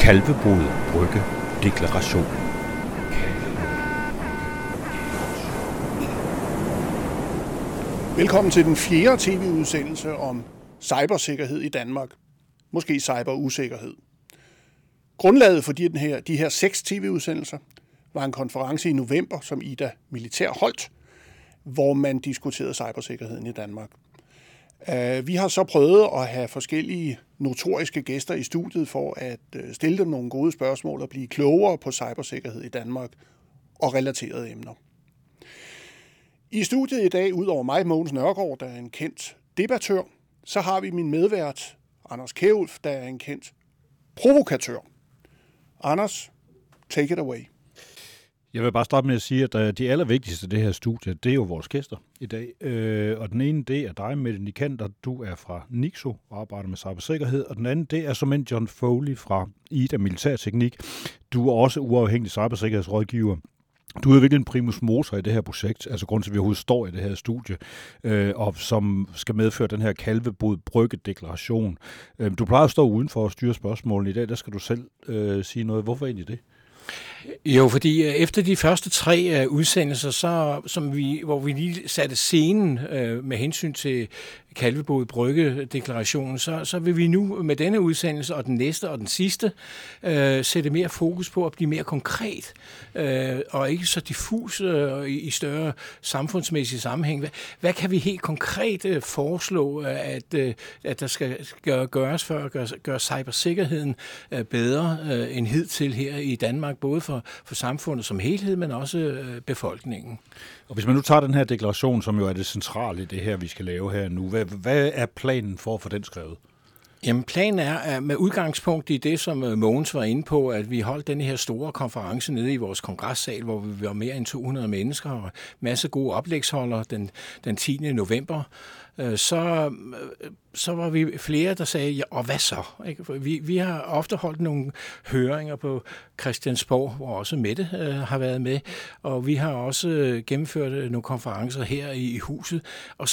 Kalvebod Brygge Deklaration. Velkommen til den 4. tv-udsendelse om cybersikkerhed i Danmark. Måske cyberusikkerhed. Grundlaget for de her 6 tv-udsendelser var en konference i november, som Ida Militær holdt, hvor man diskuterede cybersikkerheden i Danmark. Vi har så prøvet at have forskellige notoriske gæster i studiet for at stille dem nogle gode spørgsmål og blive klogere på cybersikkerhed i Danmark og relaterede emner. I studiet i dag, udover mig, Mogens Nørgaard, der er en kendt debattør, så har vi min medvært, Anders Kjærulff, der er en kendt provokatør. Anders, take it away. Jeg vil bare starte med at sige, at de allervigtigste af det her studie, det er jo vores gæster i dag. Og den ene, det er dig, Mette Nikander. Du er fra Nixo og arbejder med cybersikkerhed. Og den anden, det er såmænd John Foley fra Ida Militærteknik. Du er også uafhængig cybersikkerhedsrådgiver. Du er virkelig en primus motor i det her projekt, altså grund til, at vi overhovedet står i det her studie, og som skal medføre den her Kalvebod Brygge Deklaration. Du plejer at stå udenfor og styre spørgsmålene. I dag, der skal du selv sige noget. Hvorfor egentlig det? Jo, fordi efter de første 3 udsendelser, hvor vi lige satte scenen med hensyn til Kalvebod Brygge-deklarationen, så vil vi nu med denne udsendelse og den næste og den sidste sætte mere fokus på at blive mere konkret og ikke så diffus i større samfundsmæssig sammenhæng. Hvad kan vi helt konkret foreslå, at der skal gøres for at gøre cybersikkerheden bedre end hidtil her i Danmark, både for samfundet som helhed, men også befolkningen? Og hvis man nu tager den her deklaration, som jo er det centrale i det her, vi skal lave her nu, hvad er planen for at få den skrevet? Jamen, planen er med udgangspunkt i det, som Mogens var inde på, at vi holdt den her store konference nede i vores kongressal, hvor vi var mere end 200 mennesker og masse gode oplægsholdere den 10. november. Så var vi flere, der sagde, ja, og hvad så? Vi har ofte holdt nogle høringer på Christiansborg, hvor også Mette har været med, og vi har også gennemført nogle konferencer her i huset, og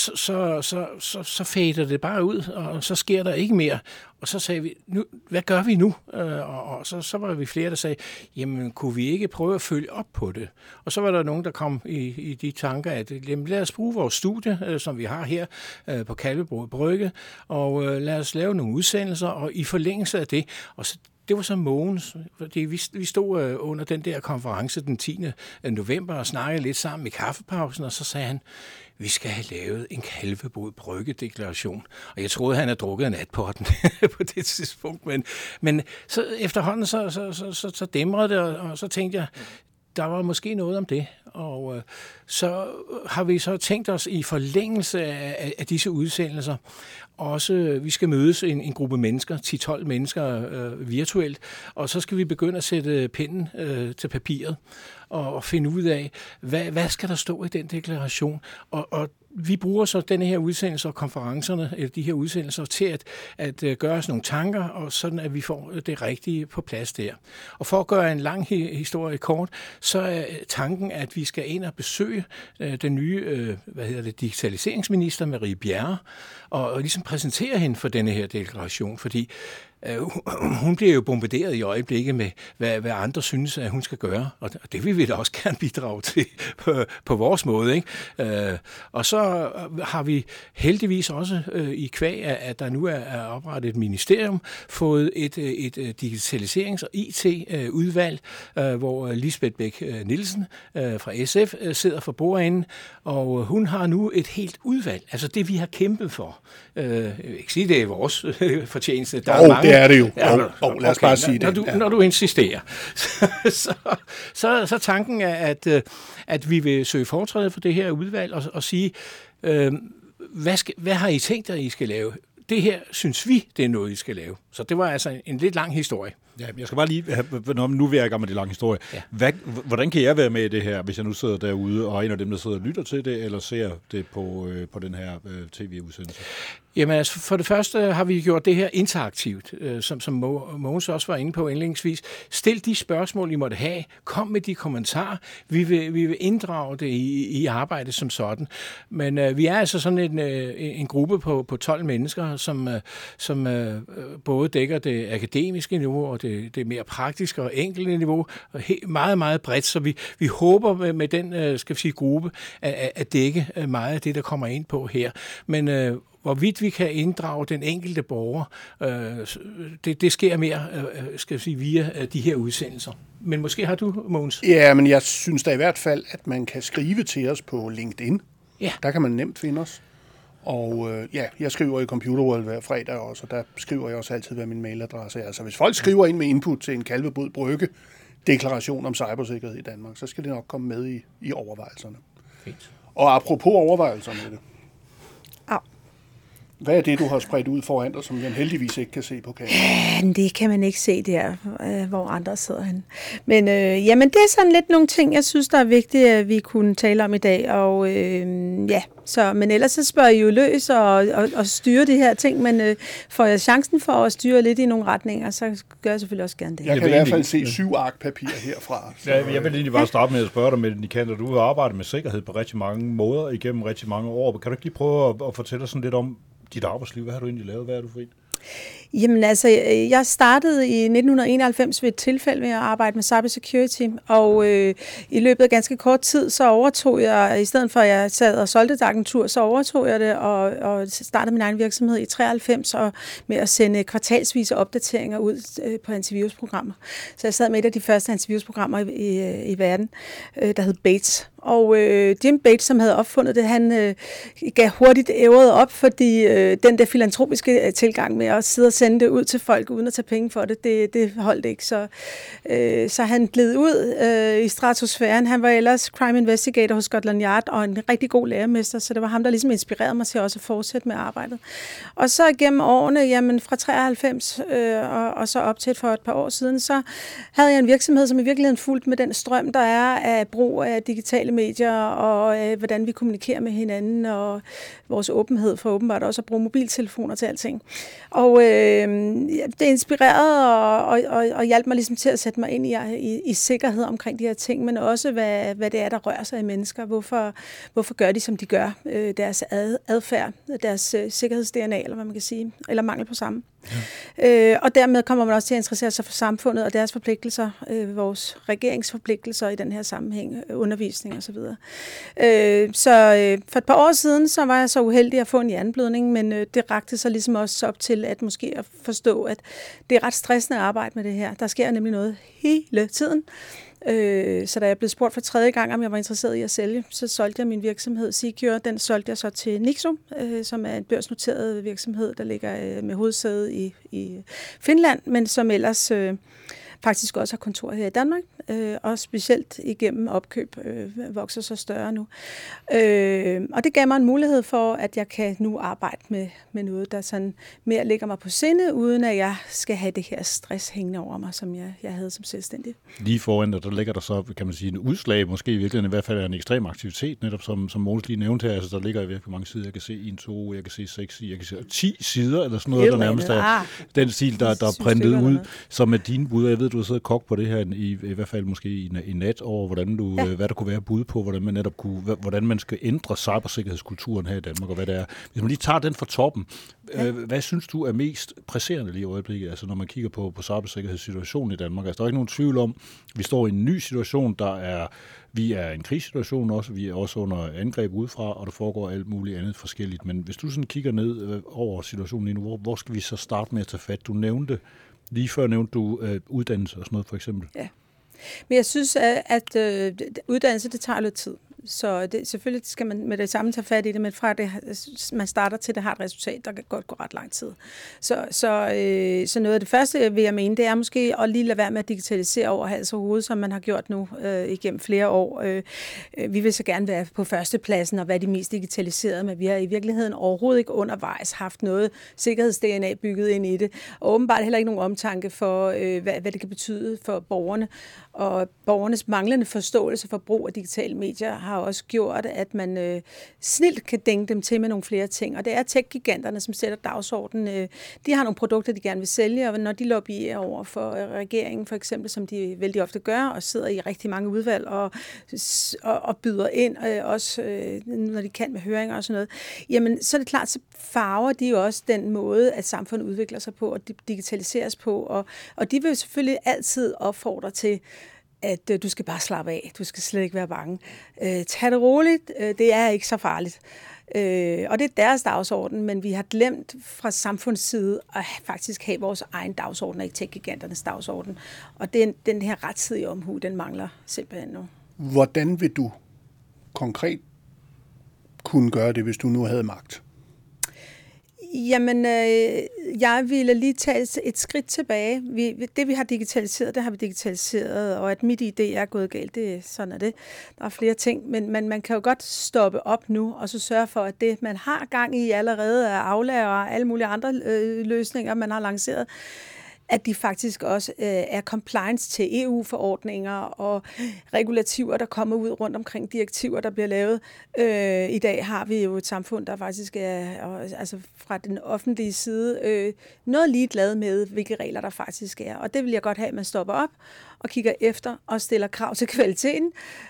så fader det bare ud, og så sker der ikke mere. Og så sagde vi, hvad gør vi nu? Og så var vi flere, der sagde, jamen kunne vi ikke prøve at følge op på det? Og så var der nogen, der kom i de tanker, at lad os bruge vores studie, som vi har her på Kalvebod Brygge, og lad os lave nogle udsendelser, og i forlængelse af det, og så det var så Mogens, fordi vi stod under den der konference den 10. november og snakkede lidt sammen i kaffepausen, og så sagde han, vi skal have lavet en Kalvebod Brygge-deklaration. Og jeg troede, han havde drukket en natporten på det tidspunkt, men så efterhånden så dæmrede det, og så tænkte jeg, der var måske noget om det, og så har vi så tænkt os i forlængelse af disse udsendelser, også vi skal mødes en gruppe mennesker, 10-12 mennesker virtuelt, og så skal vi begynde at sætte pinden til papiret og finde ud af, hvad skal der stå i den deklaration, og vi bruger så denne her udsendelse og konferencerne, eller de her udsendelser, til at gøre os nogle tanker, og sådan at vi får det rigtige på plads der. Og for at gøre en lang historie kort, så er tanken, at vi skal ind og besøge den nye digitaliseringsminister Marie Bjerre, og ligesom præsentere hende for denne her deklaration, fordi hun bliver jo bombarderet i øjeblikket med, hvad andre synes, at hun skal gøre, og det vil vi da også gerne bidrage til på vores måde, ikke? Og så har vi heldigvis også i kvæg, at der nu er oprettet et ministerium, fået et digitaliserings- og IT-udvalg, hvor Lisbeth Bech Nielsen fra SF sidder for bordenden, og hun har nu et helt udvalg, altså det vi har kæmpet for. Jeg vil ikke sige, det er vores fortjeneste. Der er mange. Det er det jo. Lad os bare sige det. Når du insisterer. Så tanken er, at vi vil søge foretræde for det her udvalg og sige, hvad har I tænkt, at I skal lave? Det her synes vi, det er noget, I skal lave. Så det var altså en lidt lang historie. Ja, jeg skal bare lige, nu vil jeg i gang med det lange historie. Ja. Hvordan kan jeg være med i det her, hvis jeg nu sidder derude, og en af dem, der sidder og lytter til det, eller ser det på den her tv-udsendelse? Jamen altså, for det første har vi gjort det her interaktivt, som Mogens også var inde på indledningsvis. Stil de spørgsmål, I måtte have. Kom med de kommentarer. Vi vil inddrage det i arbejdet som sådan. Men vi er altså sådan en gruppe på 12 mennesker, som både dækker det akademiske niveau og det mere praktiske og enkelte niveau, og meget, meget bredt. Så vi håber med den, skal vi sige, gruppe at dække meget af det, der kommer ind på her. Men hvorvidt vi kan inddrage den enkelte borger, det sker mere, skal jeg sige, via de her udsendelser. Men måske har du, Mogens? Ja, men jeg synes da i hvert fald, at man kan skrive til os på LinkedIn. Ja. Der kan man nemt finde os. Og jeg skriver i Computer World hver fredag også, og der skriver jeg også altid, hvad min mailadresse er. Så hvis folk skriver ind med input til en Kalvebod Brygge deklaration om cybersikkerhed i Danmark, så skal det nok komme med i overvejelserne. Fint. Og apropos overvejelserne, Au. Hvad er det, du har spredt ud foran dig, som jeg heldigvis ikke kan se på kameraet? Det kan man ikke se der, hvor andre sidder henne. Men jamen, det er sådan lidt nogle ting, jeg synes, der er vigtigt, at vi kunne tale om i dag. Og men ellers så spørger I jo løs og styre de her ting, men får jeg chancen for at styre lidt i nogle retninger, så gør jeg selvfølgelig også gerne det. Jeg kan i hvert fald se 7 ark papir herfra. Ja, jeg vil egentlig bare starte med at spørge dig, Mette Nikander. Du har arbejdet med sikkerhed på rigtig mange måder igennem rigtig mange år. Kan du ikke lige prøve at fortælle os sådan lidt om dit arbejdsliv? Hvad har du egentlig lavet? Hvad er du fri? Jamen altså, jeg startede i 1991 ved et tilfælde med at arbejde med cybersecurity, og i løbet af ganske kort tid, så overtog jeg, i stedet for at jeg sad og solgte et agentur, så overtog jeg det og startede min egen virksomhed i 93 og med at sende kvartalsvise opdateringer ud på antivirusprogrammer. Så jeg sad med et af de første antivirusprogrammer i verden, der hed Bates. Og Jim Bates, som havde opfundet det, han gav hurtigt ævret op, fordi den der filantropiske tilgang med at sidde og sende det ud til folk uden at tage penge for det holdt ikke. Så han gled ud i stratosfæren. Han var ellers crime investigator hos Scotland Yard og en rigtig god lærermester, så det var ham, der ligesom inspirerede mig til også at fortsætte med arbejdet. Og så gennem årene, jamen fra 93 og så op til for et par år siden, så havde jeg en virksomhed, som i virkeligheden fulgte med den strøm, der er af brug af digitale medier og hvordan vi kommunikerer med hinanden og vores åbenhed for åbenbart også at bruge mobiltelefoner til alting. Og det inspirerede og hjalp mig ligesom til at sætte mig ind i sikkerhed omkring de her ting, men også hvad det er, der rører sig i mennesker. Hvorfor gør de, som de gør? Deres adfærd, deres sikkerheds-DNA, eller hvad man kan sige, eller mangel på samme. Ja. Og dermed kommer man også til at interessere sig for samfundet og deres forpligtelser, vores regeringsforpligtelser i den her sammenhæng, undervisning osv. Så for et par år siden, så var jeg så uheldig at få en hjerneblødning, men det rakte sig ligesom også op til at måske at forstå, at det er ret stressende at arbejde med det her. Der sker nemlig noget hele tiden. Så da jeg blev spurgt for 3. gang, om jeg var interesseret i at sælge, så solgte jeg min virksomhed Secure. Den solgte jeg så til Nixo, som er en børsnoteret virksomhed, der ligger med hovedsæde i Finland, men som ellers faktisk også har kontor her i Danmark, og specielt igennem opkøb vokser så større nu. Og det gav mig en mulighed for, at jeg kan nu arbejde med noget, der sådan mere ligger mig på sinde, uden at jeg skal have det her stress hængende over mig, som jeg havde som selvstændig. Lige foran dig, der ligger der så, kan man sige, en udslag, måske i virkeligheden i hvert fald en ekstrem aktivitet, netop som Mogens lige nævnte her, altså der ligger i virkelig mange sider. Jeg kan se 1, 2, jeg kan se 6, jeg kan se 10 sider, eller sådan noget, der nærmest er den stil, der er printet ud, som er dine bud. Jeg ved, du har siddet og kogt på det her, i hvert fald måske i nat, over hvordan hvad der kunne være bud på, hvordan man netop hvordan man skal ændre cybersikkerhedskulturen her i Danmark, og hvad det er. Hvis man lige tager den fra toppen, hvad synes du er mest presserende lige i øjeblikket, altså når man kigger på cybersikkerhedssituationen i Danmark? Altså der er ikke nogen tvivl om, vi står i en ny situation, vi er i en krigssituation også, vi er også under angreb udefra, og der foregår alt muligt andet forskelligt. Men hvis du sådan kigger ned over situationen lige nu, hvor skal vi så starte med at tage fat? Lige før nævnte du uddannelse og sådan noget, for eksempel. Ja. Men jeg synes, at uddannelse, det tager lidt tid. Så selvfølgelig skal man med det samme tage fat i det, men fra det, man starter til det har et resultat, der kan godt gå ret lang tid. Så noget af det første, vil jeg mene, det er måske at lige lade være med at digitalisere over hals og hoved, som man har gjort nu igennem flere år. Vi vil så gerne være på førstepladsen og være de mest digitaliserede, men vi har i virkeligheden overhovedet ikke undervejs haft noget sikkerheds-DNA bygget ind i det, og åbenbart heller ikke nogen omtanke for, hvad det kan betyde for borgerne. Og borgernes manglende forståelse for brug af digitale medier har har også gjort, at man snilt kan dænge dem til med nogle flere ting. Og det er tech-giganterne, som sætter dagsordenen. De har nogle produkter, de gerne vil sælge, og når de lobbyerer over for regeringen, for eksempel, som de vældig ofte gør, og sidder i rigtig mange udvalg og byder ind, også når de kan med høringer og sådan noget, jamen så er det klart, så farver de jo også den måde, at samfundet udvikler sig på, og digitaliseres på, og de vil selvfølgelig altid opfordre til, at du skal bare slappe af, du skal slet ikke være bange. Tag det roligt, det er ikke så farligt. Og det er deres dagsorden, men vi har glemt fra samfundsside at faktisk have vores egen dagsorden, og ikke tech-giganternes dagsorden. Og den her rettidige omhu, den mangler simpelthen nu. Hvordan vil du konkret kunne gøre det, hvis du nu havde magt? Jamen, jeg ville lige tage et skridt tilbage. Det, vi har digitaliseret, det har vi digitaliseret, og at mit idé er gået galt, sådan er det. Der er flere ting, men man kan jo godt stoppe op nu, og så sørge for, at det, man har gang i allerede, er aflærer og alle mulige andre løsninger, man har lanceret, at de faktisk også er compliance til EU-forordninger og regulativer, der kommer ud rundt omkring direktiver, der bliver lavet. I dag har vi jo et samfund, der faktisk er, altså fra den offentlige side, noget ligeglad med, hvilke regler der faktisk er. Og det vil jeg godt have, at man stopper op og kigger efter og stiller krav til kvaliteten,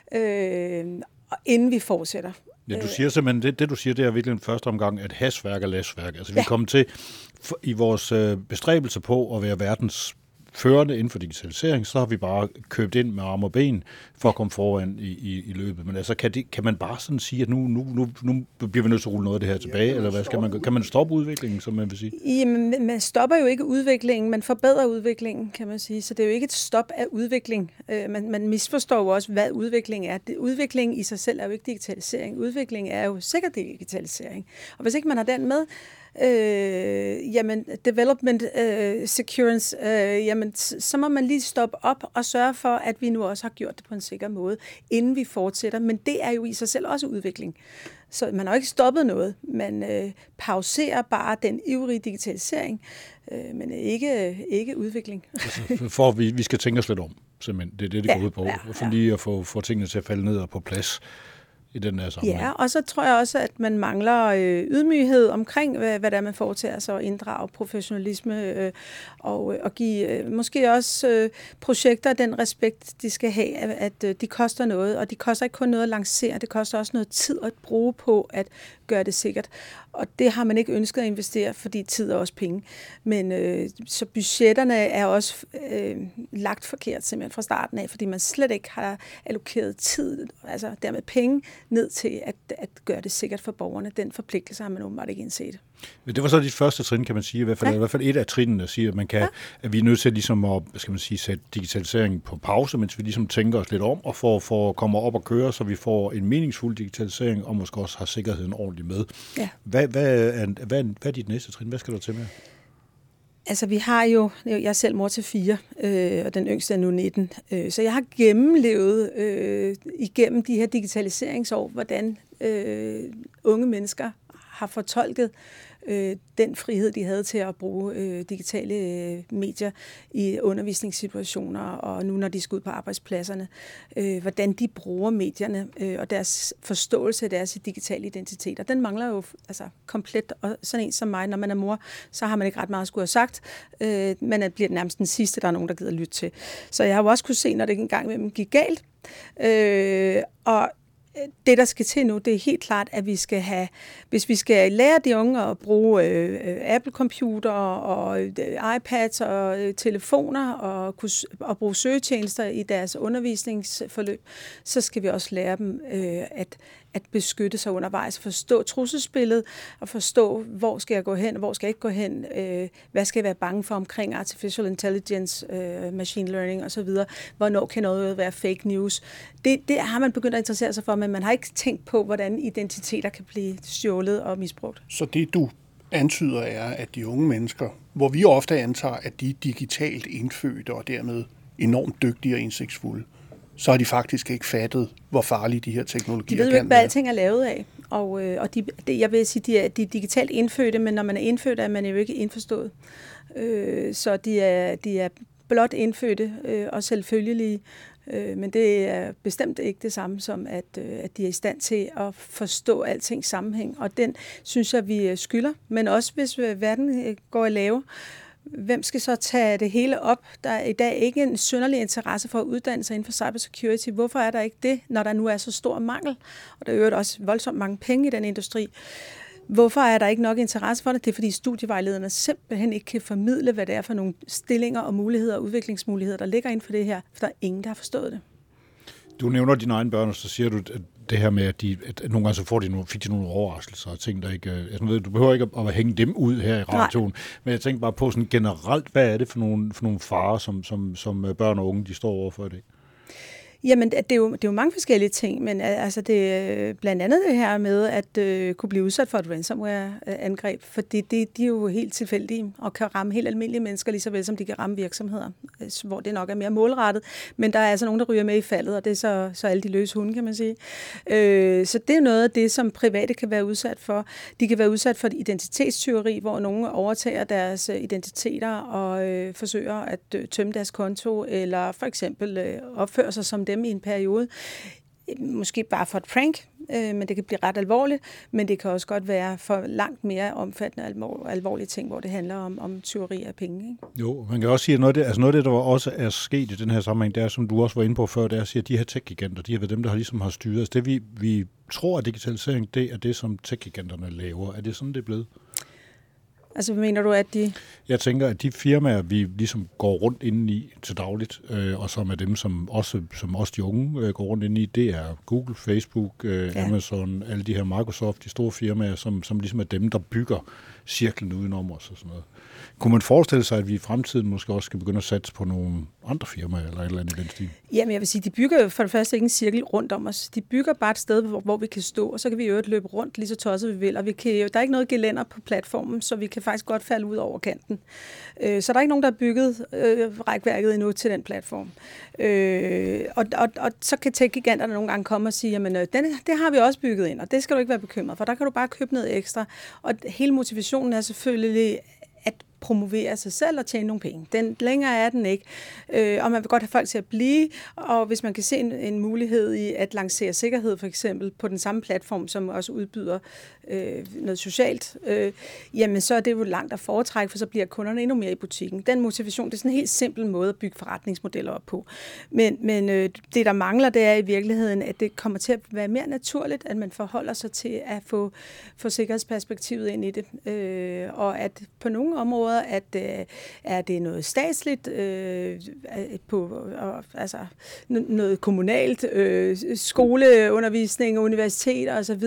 inden vi fortsætter. Ja, du siger simpelthen, det du siger, det er virkelig en første omgang, at hasværk er lasværk. Altså vi kommer til i vores bestræbelse på at være verdens førende inden for digitalisering, så har vi bare købt ind med arme og ben for at komme foran i løbet. Men altså, kan man bare sådan sige, at nu bliver vi nødt til at rulle noget af det her tilbage, eller hvad skal man? Kan man stoppe udviklingen, som man vil sige? Jamen, man stopper jo ikke udviklingen, man forbedrer udviklingen, kan man sige. Så det er jo ikke et stop af udvikling. Man misforstår jo også, hvad udvikling er. Udvikling i sig selv er jo ikke digitalisering. Udvikling er jo sikkert digitalisering. Og hvis ikke man har den med, jamen development securance, jamen så må man lige stoppe op og sørge for, at vi nu også har gjort det på en sikker måde, inden vi fortsætter. Men det er jo i sig selv også udvikling. Så man har jo ikke stoppet noget. Man pauserer bare den ivrige digitalisering, men ikke udvikling. Altså, for at vi skal tænke os lidt om, simpelthen. Det er det går ud på. For lige at få tingene til at falde ned og på plads i den her sammenhæng. Ja, og så tror jeg også, at man mangler ydmyghed omkring, hvad det er, man foretager sig, og inddrage professionalisme og give måske også projekter den respekt, de skal have, at de koster noget, og de koster ikke kun noget at lancere, det koster også noget tid at bruge på at gøre det sikkert. Og det har man ikke ønsket at investere, fordi tid er også penge. Men så budgetterne er også lagt forkert simpelthen fra starten af, fordi man slet ikke har allokeret tid, altså dermed penge, ned til at gøre det sikkert for borgerne. Den forpligtelse har man åbenbart ikke indset. Men det var så dit første trin, kan man sige. I hvert fald et af trinene, der siger, at man kan, at vi er nødt til ligesom at, sætte digitaliseringen på pause, mens vi ligesom tænker os lidt om, og for at komme op og køre, så vi får en meningsfuld digitalisering, og måske også har sikkerheden ordentligt med. Ja. Hvad er dit næste trin? Hvad skal du til med? Altså, vi har jo, jeg er selv mor til 4, og den yngste er nu 19, så jeg har gennemlevet igennem de her digitaliseringsår, hvordan unge mennesker har fortolket den frihed, de havde til at bruge digitale medier i undervisningssituationer, og nu når de skal ud på arbejdspladserne, hvordan de bruger medierne og deres forståelse af deres digitale identiteter. Den mangler jo altså komplet, og sådan en som mig, når man er mor, så har man ikke ret meget at skulle have sagt, men det bliver nærmest den sidste, der er nogen, der gider lytte til. Så jeg har jo også kunne se, når det engang med dem gik galt, og det, der skal til nu, det er helt klart, at vi skal have, hvis vi skal lære de unge at bruge Apple-computer og iPads og telefoner og bruge søgetjenester i deres undervisningsforløb, så skal vi også lære dem at beskytte sig undervejs, forstå trusselsbilledet og forstå, hvor skal jeg gå hen, og hvor skal jeg ikke gå hen, hvad skal jeg være bange for omkring artificial intelligence, machine learning osv., hvornår kan noget være fake news. Det har man begyndt at interessere sig for, men man har ikke tænkt på, hvordan identiteter kan blive stjålet og misbrugt. Så det du antyder er, at de unge mennesker, hvor vi ofte antager, at de er digitalt indfødte og dermed enormt dygtige og indsigtsfulde, så har de faktisk ikke fattet, hvor farlige de her teknologier kan være. De ved jo ikke, hvad alting er lavet af. Og jeg vil sige, de er digitalt indfødte, men når man er indfødt, er man jo ikke indforstået. Så de er blot indfødte og selvfølgelige. Men det er bestemt ikke det samme som, at de er i stand til at forstå alting sammenhæng. Og den synes jeg, vi skylder. Men også hvis verden går i lave, hvem skal så tage det hele op? Der er i dag ikke en synderlig interesse for at uddanne sig inden for cybersecurity. Hvorfor er der ikke det, når der nu er så stor mangel? Og der er jo også voldsomt mange penge i den industri. Hvorfor er der ikke nok interesse for det? Det er, fordi studievejlederne simpelthen ikke kan formidle, hvad det er for nogle stillinger og muligheder og udviklingsmuligheder, der ligger inden for det her, for der er ingen, der har forstået det. Du nævner dine egne børn, og så siger du, at det her med, at nogle gange så fik de nogle overraskelser og ting, der ikke... du behøver ikke at hænge dem ud her i radioen, men jeg tænker bare på sådan generelt, hvad er det for nogle farer, som børn og unge, de står overfor i dag? Jamen, det er jo mange forskellige ting, men altså det er blandt andet det her med at kunne blive udsat for et ransomware-angreb, fordi de er jo helt tilfældige og kan ramme helt almindelige mennesker, lige så vel som de kan ramme virksomheder, hvor det nok er mere målrettet, men der er altså nogen, der ryger med i faldet, og det er så alle de løse hunde, kan man sige. Så det er noget af det, som private kan være udsat for. De kan være udsat for identitetstyveri, hvor nogen overtager deres identiteter og forsøger at tømme deres konto, eller for eksempel opføre sig som dem i en periode. Måske bare for et prank, men det kan blive ret alvorligt, men det kan også godt være for langt mere omfattende alvorlige ting, hvor det handler om tyveri af penge. Ikke? Jo, man kan også sige, at noget af det, der også er sket i den her sammenhæng, det er, som du også var inde på før, det er at sige, at de her tech-giganter, de har været dem, der ligesom har styret. Altså det vi tror, at digitalisering, det er det, som tech-giganterne laver. Er det sådan, det er blevet? Altså, mener du, at de... Jeg tænker, at de firmaer, vi ligesom går rundt inde i til dagligt, og som er dem, som også de unge går rundt inde i, det er Google, Facebook, Amazon, alle de her Microsoft, de store firmaer, som ligesom er dem, der bygger cirklen udenom os og sådan noget. Kunne man forestille sig, at vi i fremtiden måske også skal begynde at satse på nogle andre firmaer eller et eller andet i den stil? Jamen, jeg vil sige, de bygger jo for det første ikke en cirkel rundt om os. De bygger bare et sted, hvor vi kan stå, og så kan vi jo løbe rundt lige så tosset vi vil. Og der er ikke noget gelænder på platformen, så vi kan faktisk godt falde ud over kanten. Så der er ikke nogen, der har bygget rækværket endnu til den platform. Og så kan tech-giganterne nogle gange komme og sige, jamen det har vi også bygget ind, og det skal du ikke være bekymret for. Der kan du bare købe noget ekstra. Og hele motivationen er selvfølgelig at promovere sig selv og tjene nogle penge. Længere er den ikke. Og man vil godt have folk til at blive, og hvis man kan se en mulighed i at lancere sikkerhed for eksempel på den samme platform, som også udbyder noget socialt, jamen så er det jo langt at foretrække, for så bliver kunderne endnu mere i butikken. Den motivation, det er sådan en helt simpel måde at bygge forretningsmodeller op på. Men det, der mangler, det er i virkeligheden, at det kommer til at være mere naturligt, at man forholder sig til at få sikkerhedsperspektivet ind i det. Og at på nogle områder, at er det noget statsligt, altså noget kommunalt, skoleundervisning, universiteter osv.,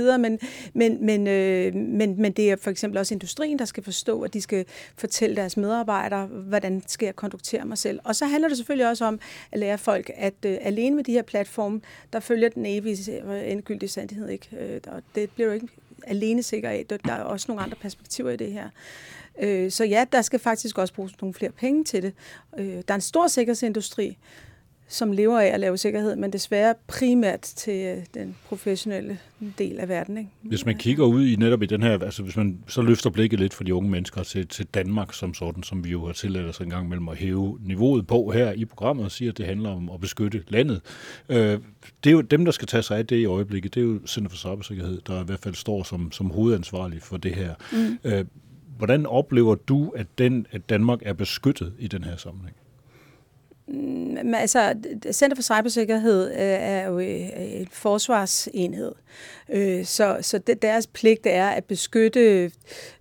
men det er for eksempel også industrien, der skal forstå, at de skal fortælle deres medarbejdere, hvordan skal jeg konduktere mig selv. Og så handler det selvfølgelig også om at lære folk, at alene med de her platforme, der følger den evige endegyldige sandhed ikke. Og det bliver jo ikke alene sikker af. Der er også nogle andre perspektiver i det her. Så ja, der skal faktisk også bruges nogle flere penge til det. Der er en stor sikkerhedsindustri, som lever af at lave sikkerhed, men desværre primært til den professionelle del af verden. Ikke? Hvis man kigger ud i netop i den her, altså hvis man så løfter blikket lidt for de unge mennesker til Danmark som sådan, som vi jo har tilladt os en gang mellem at hæve niveauet på her i programmet og sige, at det handler om at beskytte landet. Det er jo dem, der skal tage sig af det i øjeblikket. Det er jo Center for Cybersikkerhed, der i hvert fald står som hovedansvarlig for det her. Hvordan oplever du, at Danmark er beskyttet i den her sammenhæng? Altså, Center for Cybersikkerhed er jo en forsvarsenhed, så deres pligt er at beskytte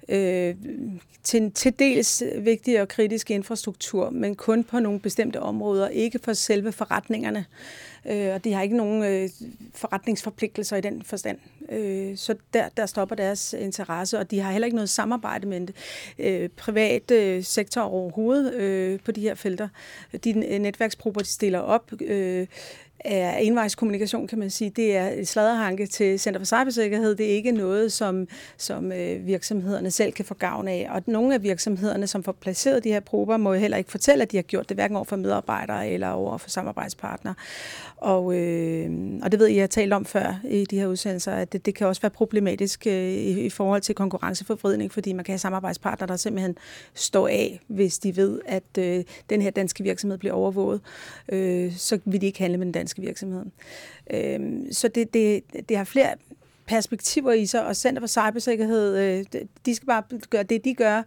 til dels vigtig og kritisk infrastruktur, men kun på nogle bestemte områder, ikke for selve forretningerne. Og de har ikke nogen forretningsforpligtelser i den forstand. Så der stopper deres interesse, og de har heller ikke noget samarbejde med en privat sektor overhovedet på de her felter. De netværksgrupper, de stiller op, er envejskommunikation, kan man sige. Det er et sladderhanke til Center for Cybersikkerhed. Det er ikke noget, som virksomhederne selv kan få gavn af. Og nogle af virksomhederne, som får placeret de her prober, må jo heller ikke fortælle, at de har gjort det, hverken over for medarbejdere eller over for samarbejdspartnere. Og det ved jeg har talt om før i de her udsendelser, at det kan også være problematisk i forhold til konkurrenceforvridning, fordi man kan have samarbejdspartnere, der simpelthen står af, hvis de ved, at den her danske virksomhed bliver overvåget. Så vil de ikke handle med den danske virksomhed. Så det har flere perspektiver i sig, og Center for Cybersikkerhed, de skal bare gøre det, de gør,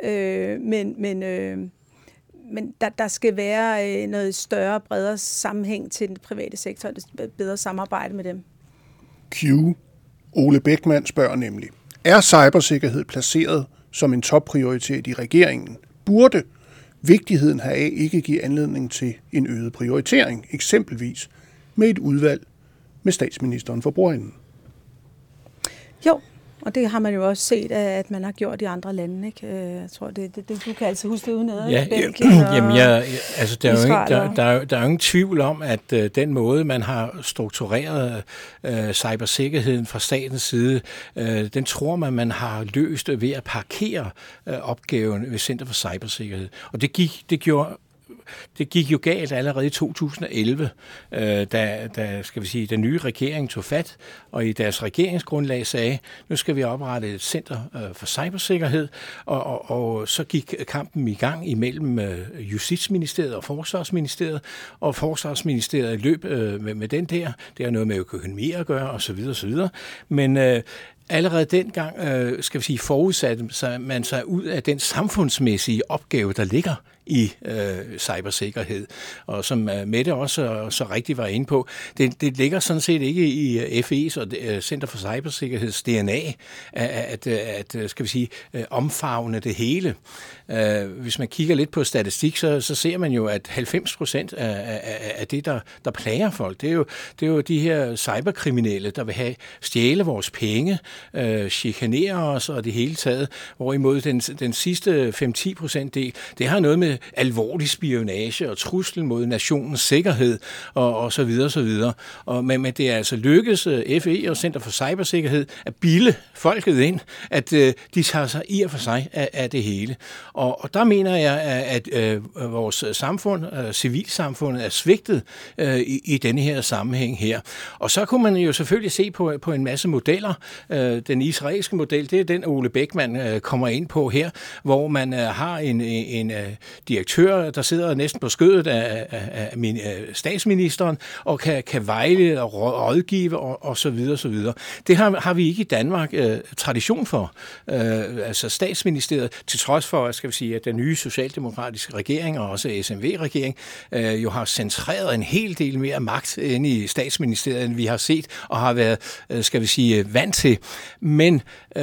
men der skal være noget større, bredere sammenhæng til den private sektor, og et bedre samarbejde med dem. Q. Ole Bækman spørger nemlig, er cybersikkerhed placeret som en topprioritet i regeringen? Burde vigtigheden heraf ikke give anledning til en øget prioritering, eksempelvis med et udvalg med statsministeren for bordenden? Jo, og det har man jo også set, at man har gjort i andre lande. Ikke? Jeg tror, du kan altså huske det udenad. Ja, der er jo ingen tvivl om, at den måde, man har struktureret cybersikkerheden fra statens side, den tror man har løst ved at parkere opgaven ved Center for Cybersikkerhed. Og det gik jo galt allerede i 2011, da skal vi sige, den nye regering tog fat, og i deres regeringsgrundlag sagde, nu skal vi oprette et center for cybersikkerhed, og så gik kampen i gang imellem Justitsministeriet og Forsvarsministeriet, og Forsvarsministeriet løb med den der. Det har noget med økonomi at gøre, osv. Men allerede dengang, skal vi sige, forudsatte man sig ud af den samfundsmæssige opgave, der ligger i cybersikkerhed. Og som Mette også så rigtig var inde på, det ligger sådan set ikke i FE's og Center for Cybersikkerheds DNA, at skal vi sige, omfavne det hele. Hvis man kigger lidt på statistik, så ser man jo, at 90% af det, der plager folk, det er jo de her cyberkriminelle, der vil stjæle vores penge, chikanere os og det hele taget, hvorimod den sidste 5-10% del, det har noget med alvorlig spionage og trussel mod nationens sikkerhed og så videre, så videre. Men det er altså lykkes FE og Center for Cybersikkerhed at bilde folket ind, at de tager sig i og for sig af det hele. Og der mener jeg, at vores samfund, civilsamfundet, er svigtet i denne her sammenhæng her. Og så kunne man jo selvfølgelig se på en masse modeller. Den israelske model, det er den, Ole Bækman kommer ind på her, hvor man har en direktør, der sidder næsten på skødet af statsministeren, og kan vejlede og rådgive og så videre, så videre. Det har vi ikke i Danmark tradition for. Altså statsministeriet, til trods for, skal vi sige, at den nye socialdemokratiske regering og også SMV-regering jo har centreret en hel del mere magt inde i statsministeriet, end vi har set og har været, skal vi sige, vant til. Men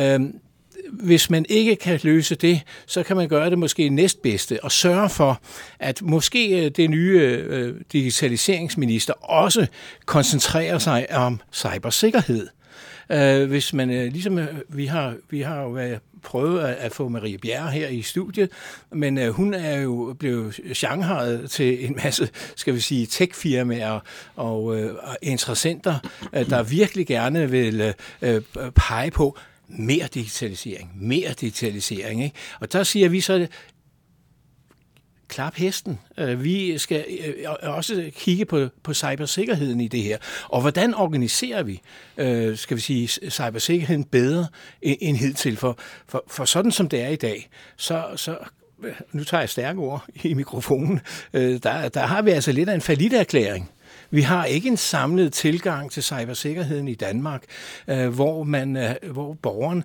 hvis man ikke kan løse det, så kan man gøre det måske næstbedste og sørge for, at måske det nye digitaliseringsminister også koncentrerer sig om cybersikkerhed. Hvis man ligesom vi har jo været prøvet at få Marie Bjerre her i studiet, men hun er jo blevet shanghajet til en masse, skal vi sige, tech-firmaer og interessenter, der virkelig gerne vil pege på mere digitalisering, ikke? Og der siger vi så, klap hesten. Vi skal også kigge på cybersikkerheden i det her. Og hvordan organiserer vi, skal vi sige, cybersikkerheden bedre end hidtil? For sådan som det er i dag, så nu tager jeg stærke ord i mikrofonen, der har vi altså lidt af en falliterklæring. Vi har ikke en samlet tilgang til cybersikkerheden i Danmark, hvor borgeren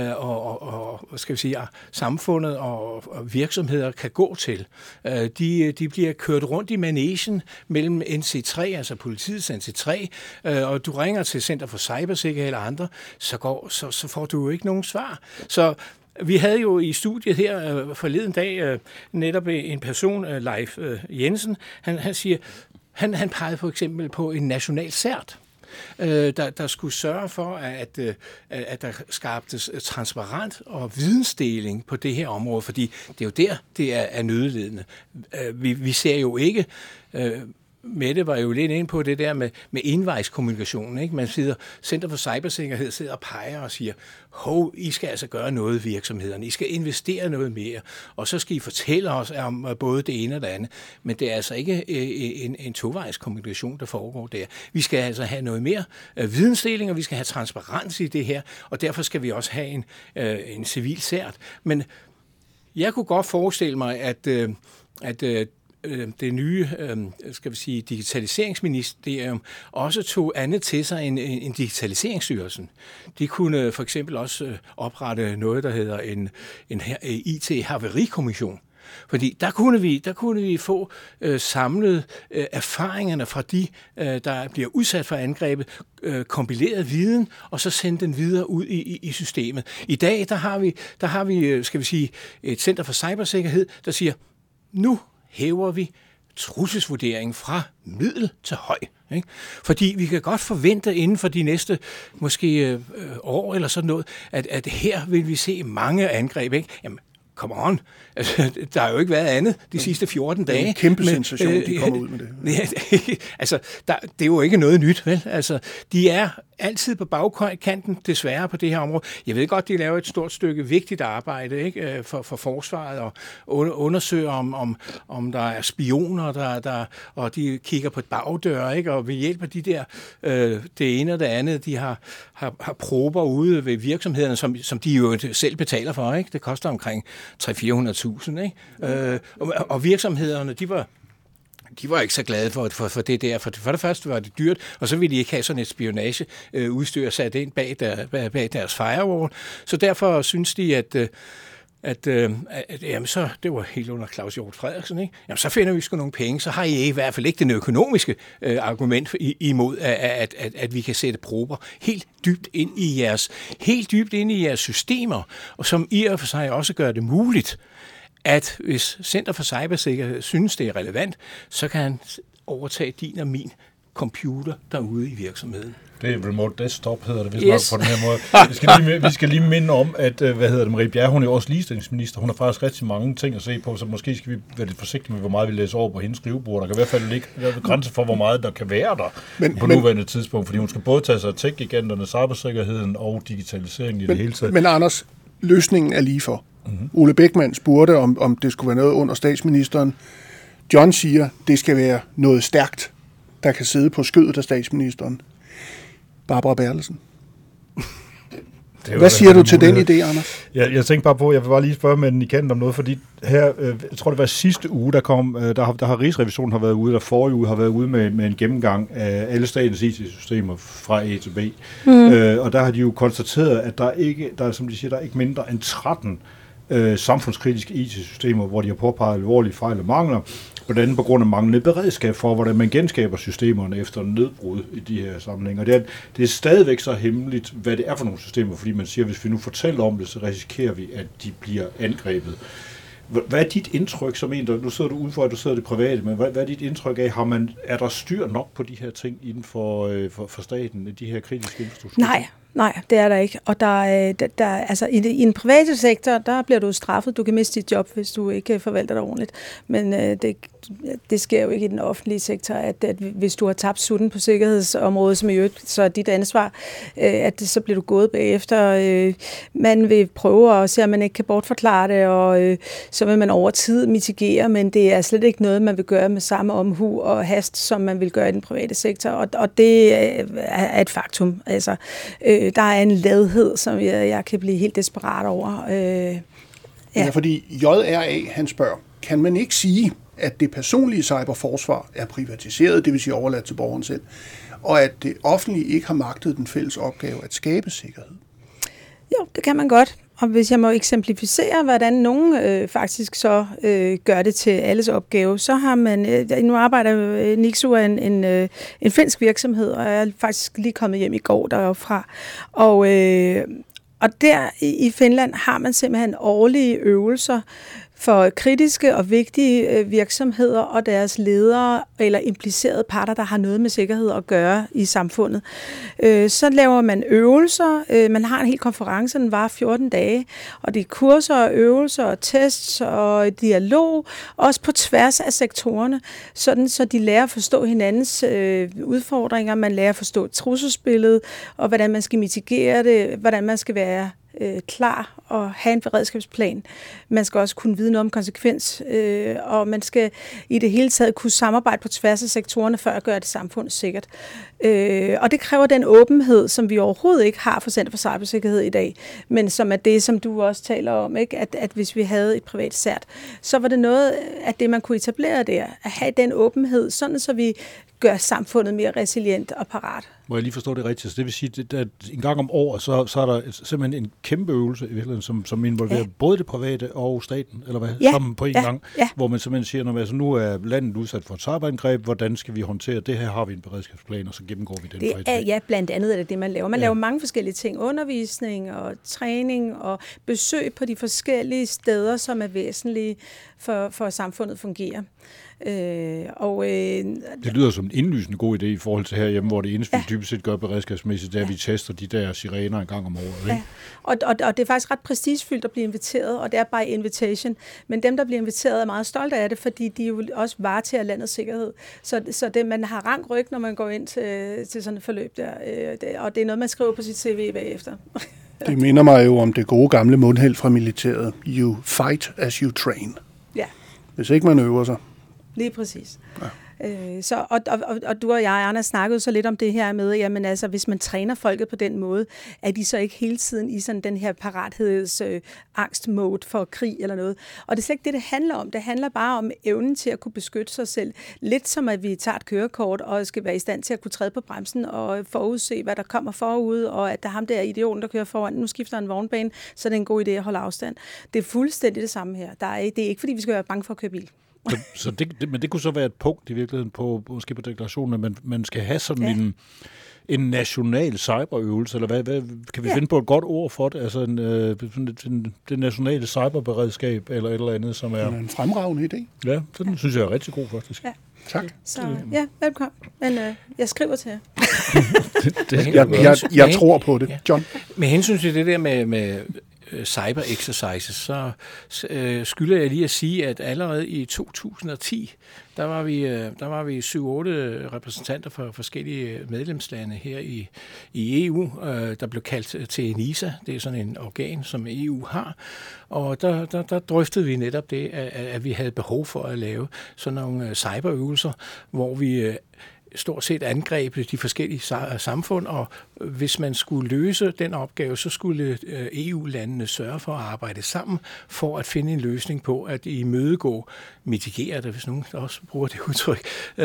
og skal vi sige, samfundet og virksomheder kan gå til. De bliver kørt rundt i managen mellem NC3, altså politiets NC3, og du ringer til Center for Cybersikkerhed eller andre, så får du jo ikke nogen svar. Så vi havde jo i studiet her forleden dag netop en person, Leif Jensen, han siger, han pegede for eksempel på en national cert, der skulle sørge for, at der skabtes transparent og vidensdeling på det her område, fordi det er jo der, det er nødledende. Vi ser jo ikke Mette var jo lidt inde på det der med envejskommunikationen. Ikke? Man sidder, Center for Cybersikkerhed sidder og peger og siger, I skal altså gøre noget virksomhederne, I skal investere noget mere, og så skal I fortælle os om både det ene og det andet. Men det er altså ikke en tovejskommunikation, der foregår der. Vi skal altså have noget mere vidensdeling, og vi skal have transparens i det her, og derfor skal vi også have en civil cert. Men jeg kunne godt forestille mig, at det nye, skal vi sige, digitaliseringsministerium også tog andet til sig end digitaliseringsstyrelsen. De kunne for eksempel også oprette noget, der hedder en IT-haverikommission. Fordi der kunne vi få samlet erfaringerne fra de, der bliver udsat for angrebet, kompileret viden, og så sende den videre ud i systemet. I dag, der har vi, skal vi sige, et Center for Cybersikkerhed, der siger, nu hæver vi trusselsvurderingen fra middel til høj. Ikke? Fordi vi kan godt forvente inden for de næste måske år eller sådan noget, at her vil vi se mange angreb. Ikke? Jamen, come on. Altså, der har jo ikke været andet de sidste 14 dage. Det er en kæmpe sensation, de kommer ud med det. Altså, det er jo ikke noget nyt, vel? Altså, de er altid på bagkanten, desværre, på det her område. Jeg ved godt, de laver et stort stykke vigtigt arbejde, ikke? For forsvaret og undersøger, om der er spioner, og de kigger på bagdøre, ikke? Og ved hjælp af de der, det ene og det andet, de har prober ude ved virksomhederne, som de jo selv betaler for, ikke? Det koster omkring 300-400.000, ikke? Og virksomhederne, de var ikke så glade for det der. For det første var det dyrt, og så ville de ikke have sådan et spionageudstyr sat ind bag deres firewall. Så derfor synes de, at jamen så, det var helt under Claus Hjort Frederiksen, ikke? Jamen så finder vi sgu nogle penge, så har I i hvert fald ikke den økonomiske argument imod, at vi kan sætte prober helt dybt ind i jeres systemer, og som i og for sig også gør det muligt, at hvis Center for Cybersikkerhed synes, det er relevant, så kan han overtage din og min computer derude i virksomheden. Det er remote desktop, hedder det, hvis yes. På den her måde. Vi skal lige minde om, at Marie Bjerre, hun er også ligestillingsminister. Hun har faktisk rigtig mange ting at se på, så måske skal vi være lidt forsigtige med, hvor meget vi læser over på hendes skrivebord. Der kan i hvert fald ligge grænser for, hvor meget der kan være der på nuværende tidspunkt, fordi hun skal både tage sig af tech-giganterne, cybersikkerheden og digitaliseringen i det hele taget. Men Anders, løsningen er lige for. Mm-hmm. Ole Bækman spurgte, om det skulle være noget under statsministeren. John siger, det skal være noget stærkt, der kan sidde på skødet af statsministeren. Barbara Bertelsen. Hvad siger du til den idé, Anders? Jeg tænkte bare på, jeg vil bare lige spørge med den igen om noget, fordi her, jeg tror det var sidste uge, der har Rigsrevisionen har været ude, der forrige uge har været ude med en gennemgang af alle statens IT-systemer fra A til B. Og der har de jo konstateret, at der er, som de siger, der er ikke mindre end 13 samfundskritiske IT-systemer, hvor de har påpeget alvorlige fejl og mangler, blandt andet på grund af manglende beredskab for, hvordan man genskaber systemerne efter nedbrud i de her sammenhænge. Og det er stadigvæk så hemmeligt, hvad det er for nogle systemer, fordi man siger, at hvis vi nu fortæller om det, så risikerer vi, at de bliver angrebet. Hvad er dit indtryk som en, nu sidder du udenfor, at du sidder det private, men hvad er dit indtryk af, er der styr nok på de her ting inden for staten, de her kritiske infrastrukturer? Nej, det er der ikke. Og altså i den private sektor, der bliver du straffet. Du kan miste dit job, hvis du ikke forvalter dig ordentligt. Men det sker jo ikke i den offentlige sektor, at hvis du har tabt sutten på sikkerhedsområdet, som i øvrigt, så er dit ansvar, at så bliver du gået bagefter. Man vil prøve at se, om man ikke kan bortforklare det, og så vil man over tid mitigere, men det er slet ikke noget, man vil gøre med samme omhu og hast, som man vil gøre i den private sektor. Og det er et faktum. Altså, der er en ladhed, som jeg kan blive helt desperat over. Ja, fordi JRA, han spørger, kan man ikke sige, at det personlige cyberforsvar er privatiseret, det vil sige overladt til borgeren selv, og at det offentlige ikke har magtet den fælles opgave at skabe sikkerhed? Jo, det kan man godt. Og hvis jeg må eksemplificere, hvordan nogen faktisk så gør det til alles opgave, så har man, nu arbejder Nixu af en finsk virksomhed, og jeg er faktisk lige kommet hjem i går deroppe fra. Og der i Finland har man simpelthen årlige øvelser for kritiske og vigtige virksomheder og deres ledere eller implicerede parter, der har noget med sikkerhed at gøre i samfundet. Så laver man øvelser. Man har en hel konference, den varer 14 dage, og det er kurser og øvelser og tests og dialog, også på tværs af sektorerne, sådan så de lærer at forstå hinandens udfordringer, man lærer at forstå trusselsbilledet, og hvordan man skal mitigere det, hvordan man skal være klar og have en beredskabsplan. Man skal også kunne vide noget om konsekvens, og man skal i det hele taget kunne samarbejde på tværs af sektorerne for at gøre det samfund sikkert. Og det kræver den åbenhed, som vi overhovedet ikke har for Center for Cybersikkerhed i dag, men som er det, som du også taler om, ikke? At hvis vi havde et privat cert, så var det noget af det, man kunne etablere der, at have den åbenhed, sådan så vi gør samfundet mere resilient og parat. Må jeg lige forstå det rigtigt? Så det vil sige, at en gang om året, så er der simpelthen en kæmpe øvelse, i virkeligheden, som involverer både det private og staten, eller hvad? Sammen på en gang, hvor man simpelthen siger, når altså, nu er landet udsat for et cyberangreb, hvordan skal vi håndtere det her? Har vi en beredskabsplan, og så gennemgår vi den. Ja, blandt andet er det man laver. Man laver mange forskellige ting. Undervisning og træning og besøg på de forskellige steder, som er væsentlige for at samfundet fungerer. Det lyder som en indlysende god idé i forhold til herhjemme, hvor det eneste, vi typisk set gør beredskabsmæssigt, det er, at vi tester de der sirener en gang om året. Ikke? Og det er faktisk ret prestigefyldt at blive inviteret, og det er by invitation. Men dem, der bliver inviteret, er meget stolte af det, fordi de jo også varetager landets sikkerhed. Så det, man har rank ryg, når man går ind til sådan et forløb der, og det er noget, man skriver på sit CV bagefter. Det minder mig jo om det gode gamle mundheld fra militæret. You fight as you train. Ja. Hvis ikke man øver sig. Lige præcis. Ja. Og du og jeg, Arne, snakkede så lidt om det her med, jamen altså, hvis man træner folket på den måde, er de så ikke hele tiden i sådan den her parathedsangst-mode for krig eller noget. Og det er slet ikke det, det handler om. Det handler bare om evnen til at kunne beskytte sig selv. Lidt som at vi tager et kørekort og skal være i stand til at kunne træde på bremsen og forudse, hvad der kommer forud, og at der er ham der idioten, der kører foran. Nu skifter en vognbane, så er det en god idé at holde afstand. Det er fuldstændig det samme her. Det er ikke, fordi vi skal være bange for at køre bil. Men det kunne så være et punkt i virkeligheden måske på deklarationen, at man skal have sådan en national cyberøvelse, eller hvad kan vi finde på et godt ord for det? Altså det nationale cyberberedskab, eller et eller andet, som er en fremragende idé. Ja, den synes jeg er rigtig god, faktisk. Ja. Tak. Så velkommen. Men jeg skriver til jer. Jeg tror på det. John? Med hensyn til det der med cyber exercises, så skylder jeg lige at sige, at allerede i 2010, der var vi 7-8 repræsentanter for forskellige medlemslande her i EU, der blev kaldt til ENISA. Det er sådan en organ, som EU har. Og der drøftede vi netop det, at vi havde behov for at lave sådan nogle cyberøvelser, hvor vi stort set angreb de forskellige samfund, og hvis man skulle løse den opgave, så skulle EU-landene sørge for at arbejde sammen for at finde en løsning på at imødegå, mitigere det, hvis nogen også bruger det udtryk,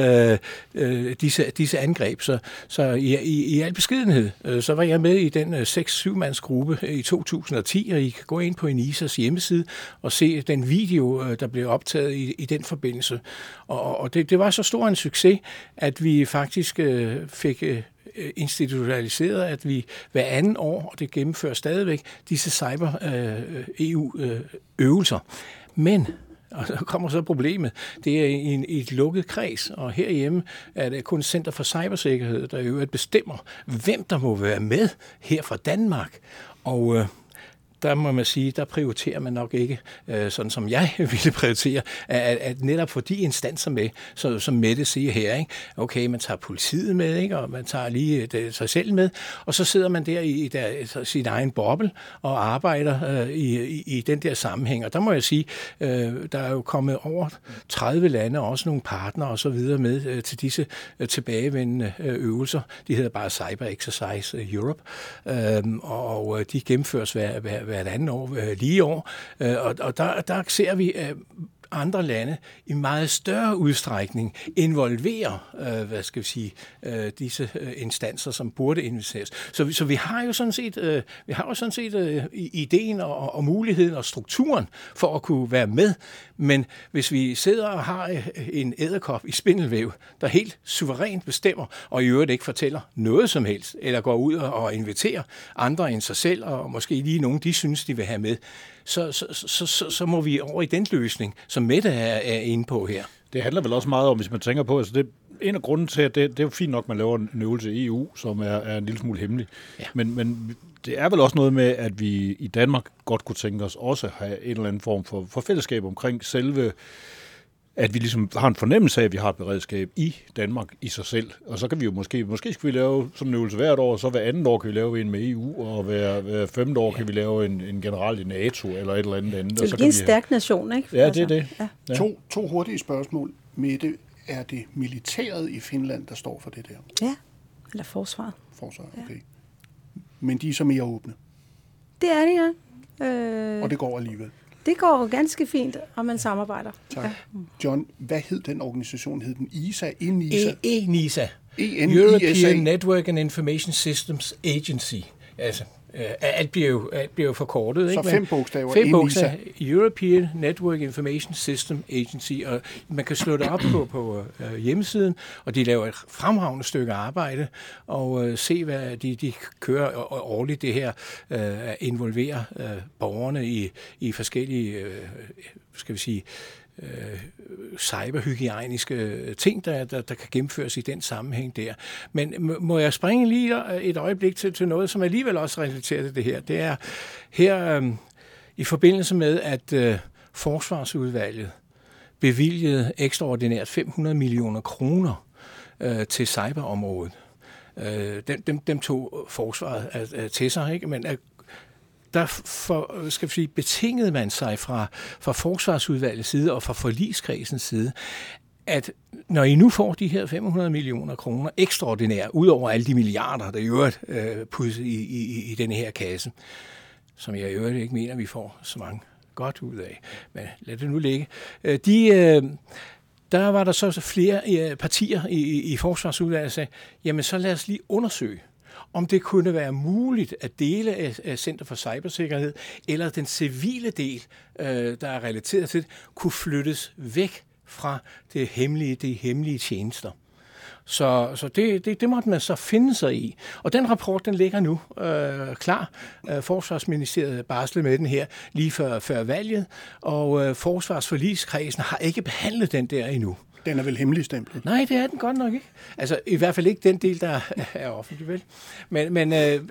disse angreb. Så i al beskedenhed, så var jeg med i den 6-7-mandsgruppe i 2010, og I kan gå ind på ENISAs hjemmeside og se den video, der blev optaget i den forbindelse. Og det var så stor en succes, at vi faktisk fik institutionaliseret, at vi hver anden år, og det gennemfører stadigvæk, disse cyber-EU-øvelser. Men, og der kommer så problemet, det er i et lukket kreds, og herhjemme er det kun Center for Cybersikkerhed, der i øvrigt bestemmer, hvem der må være med her fra Danmark. Og der må man sige, der prioriterer man nok ikke, sådan som jeg ville prioritere, at netop få de instanser med, som Mette siger her, ikke? Okay, man tager politiet med, ikke? Og man tager lige sig selv med, og så sidder man der i sin egen boble og arbejder i den der sammenhæng. Og der må jeg sige, der er jo kommet over 30 lande, og også nogle partnere og så videre med til disse tilbagevendende øvelser. De hedder bare Cyber Exercise Europe, og de gennemføres hvert andet år, lige år. Og der ser vi andre lande i meget større udstrækning involverer, disse instanser, som burde investeres. Så vi har jo sådan set, ideen og muligheden og strukturen for at kunne være med. Men hvis vi sidder og har en edderkop i spindelvæv, der helt suverænt bestemmer, og i øvrigt ikke fortæller noget som helst, eller går ud og inviterer andre end sig selv, og måske lige nogen, de synes, de vil have med, så må vi over i den løsning, som Mette er inde på her. Det handler vel også meget om, hvis man tænker på, altså det en af grunden til, at det er jo fint nok, at man laver en øvelse i EU, som er en lille smule hemmelig. Ja. Men det er vel også noget med, at vi i Danmark godt kunne tænke os også at have en eller anden form for fællesskab omkring selve, at vi ligesom har en fornemmelse af, at vi har et beredskab i Danmark i sig selv. Og så kan vi jo måske skal vi lave sådan en øvelse hvert år, så hver andet år kan vi lave en med EU, og hver femte år kan vi lave en general i NATO eller et eller andet. Det er en stærk nation, ikke? Ja, det er det. Ja. To hurtige spørgsmål. Mette, er det militæret i Finland, der står for det der? Ja, eller forsvaret. Forsvaret, okay. Ja. Men de er så mere åbne? Det er det, ja. Og det går alligevel? Det går ganske fint, og man samarbejder. Tak. Ja. John, hvad hed den organisation? Hed den ISA? ENISA? ENISA. European Network and Information Systems Agency. Altså, alt bliver jo forkortet. Så ikke? 5 bogstaver. 5 bogstaver. European Network Information System Agency. Og man kan slå det op på hjemmesiden, og de laver et fremragende stykke arbejde, og se, hvad de kører årligt det her, at involvere borgerne i forskellige, skal vi sige, cyberhygiejniske ting, der kan gennemføres i den sammenhæng der. Men må jeg springe lige et øjeblik til noget, som alligevel også relaterer til det her. Det er her i forbindelse med, at Forsvarsudvalget bevilgede ekstraordinært 500 millioner kroner til cyberområdet. Dem tog forsvaret til sig, ikke? Men der betingede man sig fra Forsvarsudvalgets side og fra forligskredsens side, at når I nu får de her 500 millioner kroner ekstraordinært, ud over alle de milliarder, der i øvrigt puttes i denne her kasse, som jeg i øvrigt ikke mener, vi får så mange godt ud af, men lad det nu ligge. Der var der så flere partier i Forsvarsudvalget, der sagde, jamen så lad os lige undersøge, om det kunne være muligt, at dele af Center for Cybersikkerhed eller den civile del, der er relateret til det, kunne flyttes væk fra de hemmelige tjenester. Så det måtte man så finde sig i. Og den rapport, den ligger nu klar. Forsvarsministeriet barslede med den her lige før valget, og Forsvarsforligskredsen har ikke behandlet den der endnu. Den er vel hemmeligstemplet? Nej, det er den godt nok ikke. Altså, i hvert fald ikke den del, der er offentlig, vel? Men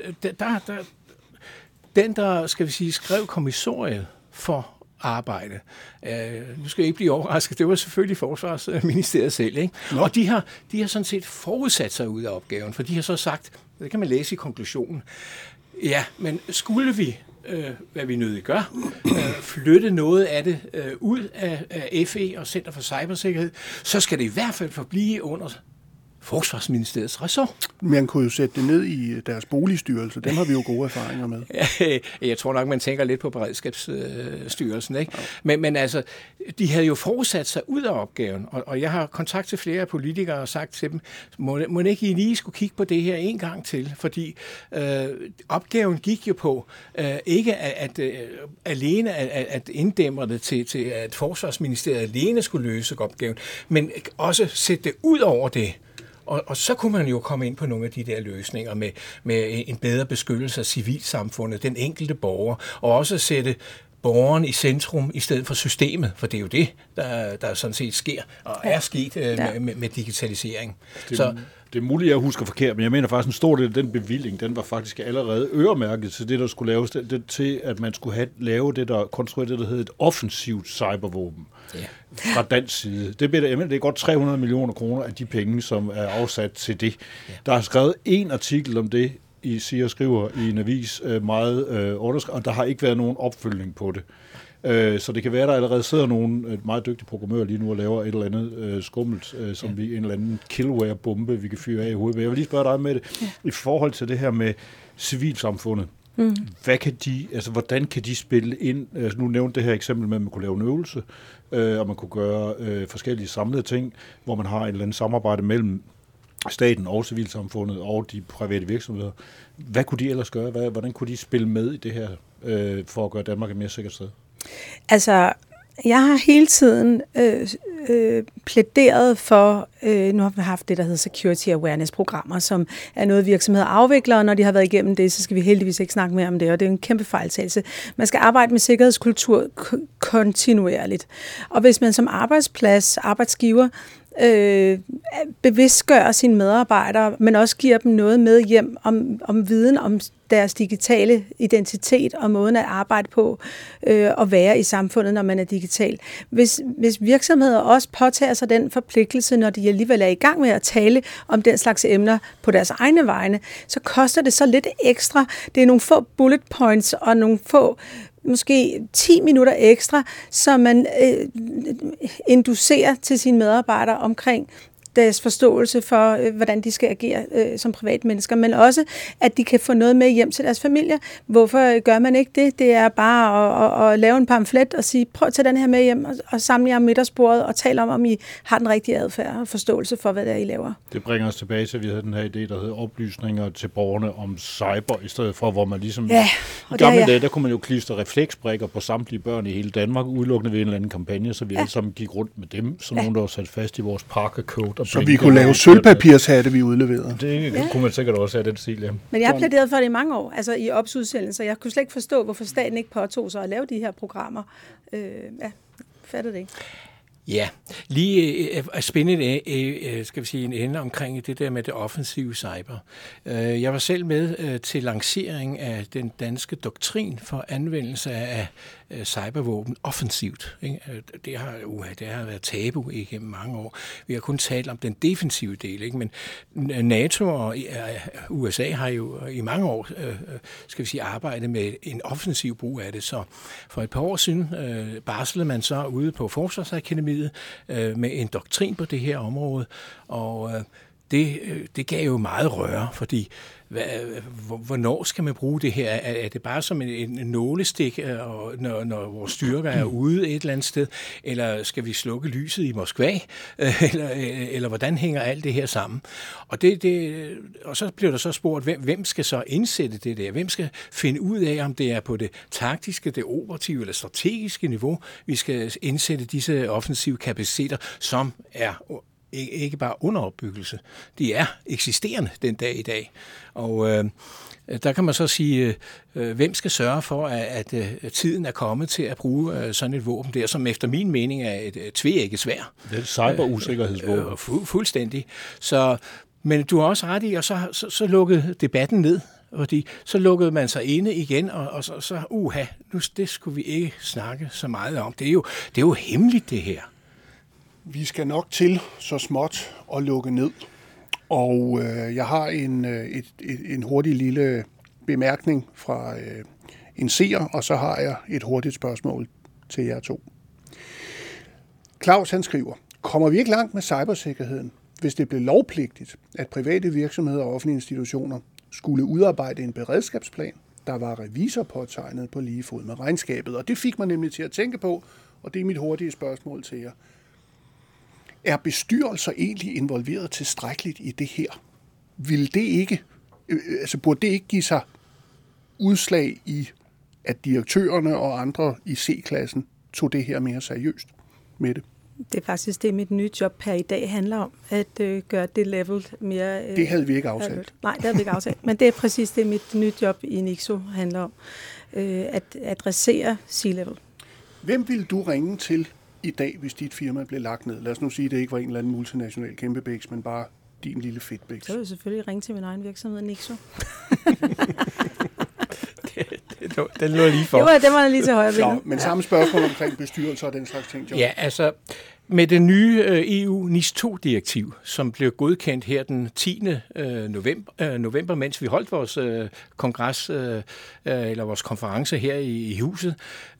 den, der, skal vi sige, skrev kommissoriet for arbejde. Nu skal jeg ikke blive overrasket. Det var selvfølgelig Forsvarsministeriet selv, ikke? Nå. Og de har sådan set forudsat sig ud af opgaven, for de har så sagt, det kan man læse i konklusionen, ja, men skulle vi hvad vi nødigt gør, flytte noget af det ud af FE og Center for Cybersikkerhed, så skal det i hvert fald forblive under Forsvarsministeriets ressort. Man kunne jo sætte det ned i deres boligstyrelse. Dem har vi jo gode erfaringer med. Jeg tror nok, man tænker lidt på Beredskabsstyrelsen, ikke? Ja. Men altså, de havde jo forudsat sig ud af opgaven, og jeg har kontakt til flere politikere og sagt til dem, må ikke I lige skulle kigge på det her en gang til, fordi opgaven gik jo på ikke alene at inddæmme det til, at Forsvarsministeriet alene skulle løse opgaven, men også sætte det ud over det. Og så kunne man jo komme ind på nogle af de der løsninger med en bedre beskyttelse af civilsamfundet, den enkelte borger, og også sætte borgeren i centrum i stedet for systemet, for det er jo det, der sådan set sker og er sket med digitalisering. Det er muligt, jeg husker forkert, men jeg mener faktisk, en stor del af den bevilling, den var faktisk allerede øremærket til det, der skulle laves, til at man skulle lave det, der konstruerede det, der hed et offensivt cybervåben fra dansk side. Det er godt 300 millioner kroner af de penge, som er afsat til det. Ja. Der er skrevet en artikel om det, I siger og skriver i en avis meget underskrevet, og der har ikke været nogen opfølgning på det. Så det kan være, der allerede sidder nogle meget dygtige programmører lige nu og laver et eller andet skummelt, som en eller anden killware-bombe, vi kan fyre af i hovedet. Men jeg vil lige spørge dig med det, i forhold til det her med civilsamfundet. Hvad kan de, altså hvordan kan de spille ind? Altså, nu nævnte det her eksempel med, at man kunne lave en øvelse, og man kunne gøre forskellige samlede ting, hvor man har et eller andet samarbejde mellem staten og civilsamfundet og de private virksomheder. Hvad kunne de ellers gøre? Hvordan kunne de spille med i det her, for at gøre Danmark et mere sikkert sted? Altså, jeg har hele tiden plæderet for, nu har vi haft det, der hedder Security Awareness-programmer, som er noget, virksomheder afvikler, og når de har været igennem det, så skal vi heldigvis ikke snakke mere om det, og det er en kæmpe fejltagelse. Man skal arbejde med sikkerhedskultur kontinuerligt. Og hvis man som arbejdsgiver, bevidstgør sine medarbejdere, men også giver dem noget med hjem om viden om deres digitale identitet og måden at arbejde på og være i samfundet, når man er digital. Hvis virksomheder også påtager sig den forpligtelse, når de alligevel er i gang med at tale om den slags emner på deres egne vegne, så koster det så lidt ekstra. Det er nogle få bullet points og nogle få måske 10 minutter ekstra, så man inducerer til sine medarbejdere omkring deres forståelse for, hvordan de skal agere som privatmennesker, men også, at de kan få noget med hjem til deres familie. Hvorfor gør man ikke det? Det er bare at lave en pamflet og sige, prøv at tage den her med hjem og samle jer om middagsbordet og tale om I har den rigtige adfærd og forståelse for, hvad det er, I laver. Det bringer os tilbage til, at vi havde den her idé, der hedder oplysninger til borgerne om cyber, i stedet for, hvor man ligesom... Ja, i gamle dage, der kunne man jo klistre refleksbrikker på samtlige børn i hele Danmark, udelukkende ved en eller anden kampagne, så vi alle sammen gik rundt med dem, så nogen, der var sat fast i vores Parker-code. Så vi kunne lave sølvpapirshatte, vi udleverede. Det kunne man sikkert også have den stil, ja. Men jeg har plæderet for det i mange år, altså i opsudsendelser. Jeg kunne slet ikke forstå, hvorfor staten ikke påtog sig at lave de her programmer. Fatter det ikke. Ja, lige at spænde skal vi sige, en ende omkring det der med det offensive cyber. Jeg var selv med til lancering af den danske doktrin for anvendelse af cybervåben offensivt. Det har været tabu igennem mange år. Vi har kun talt om den defensive del, ikke? Men NATO og USA har jo i mange år skal vi sige, arbejdet med en offensiv brug af det. Så for et par år siden barslede man så ude på Forsvarsakademiet med en doktrin på det her område, og det gav jo meget røre, fordi hvornår skal man bruge det her? Er det bare som en nålestik, når vores styrker er ude et eller andet sted, eller skal vi slukke lyset i Moskva? Eller hvordan hænger alt det her sammen? Og så bliver der så spurgt, hvem skal så indsætte det der? Hvem skal finde ud af, om det er på det taktiske, det operative eller strategiske niveau, vi skal indsætte disse offensive kapaciteter, som er ikke bare underopbyggelse. De er eksisterende den dag i dag. Og der kan man så sige, hvem skal sørge for, at tiden er kommet til at bruge sådan et våben der, som efter min mening er et tveægget sværd. Det er et cyberusikkerhedsvåben. Fuldstændig. Men du har også ret i, og så lukkede debatten ned. Fordi så lukkede man sig inde igen, og så nu det skulle vi ikke snakke så meget om. Det er jo hemmeligt, det her. Vi skal nok til så småt at lukke ned. Og jeg har en hurtig lille bemærkning fra en seer, og så har jeg et hurtigt spørgsmål til jer to. Claus han skriver, kommer vi ikke langt med cybersikkerheden, hvis det blev lovpligtigt, at private virksomheder og offentlige institutioner skulle udarbejde en beredskabsplan, der var revisorpåtegnet på lige fod med regnskabet? Og det fik mig nemlig til at tænke på, og det er mit hurtige spørgsmål til jer. Er bestyrelser egentlig involveret tilstrækkeligt i det her? Vil det ikke, burde det ikke give sig udslag i, at direktørerne og andre i C-klassen tog det her mere seriøst med det? Det er faktisk det, mit nye job her i dag handler om, at gøre det level mere... det havde vi ikke aftalt. Nej, det havde vi ikke aftalt. Men det er præcis det, mit nye job i Nixo handler om. At adressere C-level. Hvem vil du ringe til i dag, hvis dit firma blev lagt ned? Lad os nu sige, at det ikke var en eller anden multinational kæmpebæks, men bare din lille fedtbæks. Så vil jeg selvfølgelig ringe til min egen virksomhed, Nixo. Den lå lige for. Det var lige til højre benet. Men samme spørgsmål omkring bestyrelser og den slags ting, John. Ja, altså, Med det nye EU NIS 2-direktiv, som blev godkendt her den 10. november, mens vi holdt vores kongres, eller vores konference her i huset,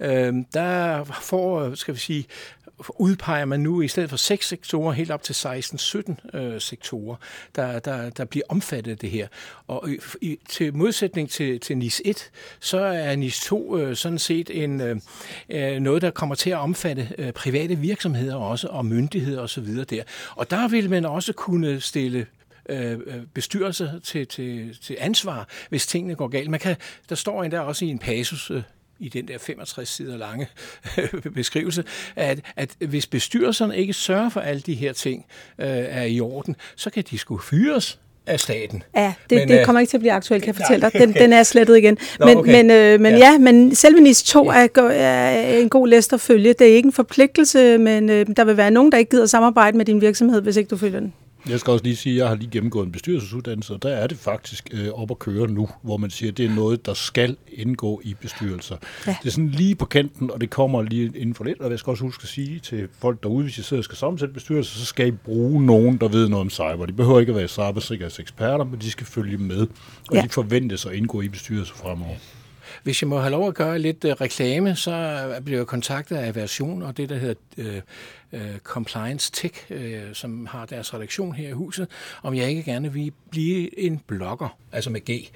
der udpeger man nu i stedet for 6 sektorer helt op til 16-17 sektorer, der bliver omfattet af det her. Og til modsætning til NIS 1, så er NIS 2 sådan set noget, der kommer til at omfatte private virksomheder også, og myndigheder osv. der. Og der vil man også kunne stille bestyrelser til ansvar, hvis tingene går galt. Der står endda også i en passus i den der 65 sider lange beskrivelse, at hvis bestyrelserne ikke sørger for alle de her ting er i orden, så kan de sgu fyres af staten. Ja, det kommer ikke til at blive aktuelt, kan jeg fortælle dig. Den er slettet igen. Men selve NIS 2 er en god læst at følge. Det er ikke en forpligtelse, men der vil være nogen, der ikke gider samarbejde med din virksomhed, hvis ikke du følger den. Jeg skal også lige sige, at jeg har lige gennemgået en bestyrelsesuddannelse, og der er det faktisk op at køre nu, hvor man siger, at det er noget, der skal indgå i bestyrelser. Ja. Det er sådan lige på kanten, og det kommer lige inden for lidt, og jeg skal også huske at sige til folk derude, hvis I sidder og skal sammensætte bestyrelser, så skal I bruge nogen, der ved noget om cyber. De behøver ikke at være cybersikkerhedseksperter, men de skal følge med, og de forventes at indgå i bestyrelser fremover. Hvis jeg må have lov at gøre lidt reklame, så bliver jeg kontaktet af Version og det, der hedder Compliance Tech, som har deres redaktion her i huset, om jeg ikke gerne vil blive en blogger, altså med G.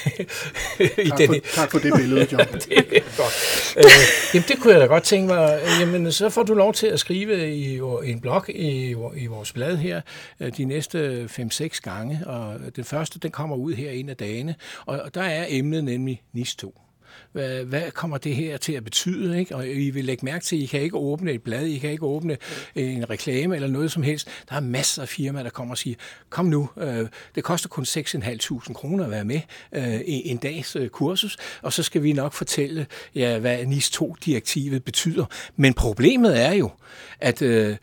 Tak for det billede, John. Det er godt. Jamen, det kunne jeg da godt tænke mig. Jamen, så får du lov til at skrive i en blog i vores blad her de næste 5-6 gange, og den første, den kommer ud her en af dagene, og der er emnet nemlig NIS 2. Hvad kommer det her til at betyde? Ikke? Og I vil lægge mærke til, at I kan ikke åbne et blad, I kan ikke åbne en reklame eller noget som helst. Der er masser af firmaer, der kommer og siger, kom nu, det koster kun 6.500 kroner at være med i en dags kursus, og så skal vi nok fortælle, hvad NIS 2-direktivet betyder. Men problemet er jo, at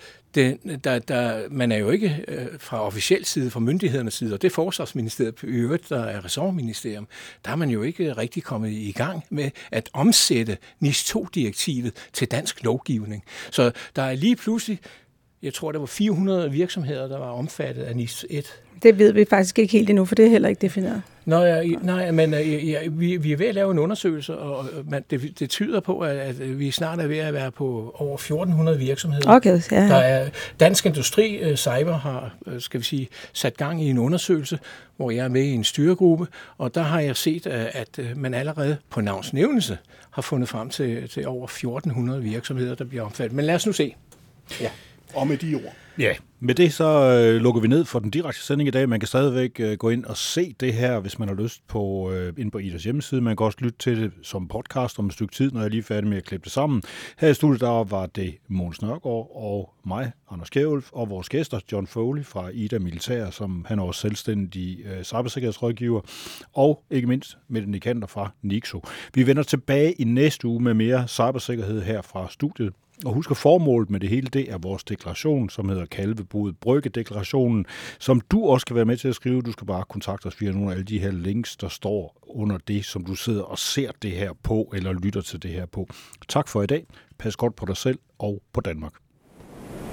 man er jo ikke fra officiel side, fra myndighedernes side, og det er Forsvarsministeriet i øvrigt, der er ressortministerium, der er man jo ikke rigtig kommet i gang med at omsætte NIS 2-direktivet til dansk lovgivning. Så der er lige pludselig, jeg tror, der var 400 virksomheder, der var omfattet af NIS 1. Det ved vi faktisk ikke helt endnu, for det er heller ikke defineret. Nej, men vi er ved at lave en undersøgelse, og det tyder på, at vi snart er ved at være på over 1400 virksomheder. Okay, ja. Der er Dansk Industri Cyber har, sat gang i en undersøgelse, hvor jeg er med i en styregruppe, og der har jeg set, at man allerede på navnsnævnelse har fundet frem til over 1400 virksomheder, der bliver omfattet. Men lad os nu se. Ja. Og med de ord. Ja, med det så lukker vi ned for den direkte sending i dag. Man kan stadigvæk gå ind og se det her, hvis man har lyst ind på IDAs hjemmeside. Man kan også lytte til det som podcast om et stykke tid, når jeg er lige færdig med at klippe det sammen. Her i studiet der var det Mogens Nørgaard og mig, Anders Kjærulf, og vores gæster, John Foley fra IDA Militær, som han er også selvstændig cybersikkerhedsrådgiver, og ikke mindst Mette Nikander fra Nixo. Vi vender tilbage i næste uge med mere cybersikkerhed her fra studiet. Og husk at formålet med det hele, det er vores deklaration, som hedder Kalvebod Brygge-deklarationen, som du også kan være med til at skrive. Du skal bare kontakte os via nogle af alle de her links, der står under det, som du sidder og ser det her på, eller lytter til det her på. Tak for i dag. Pas godt på dig selv og på Danmark.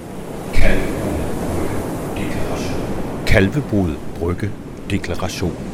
Kalvebod Brygge Deklaration.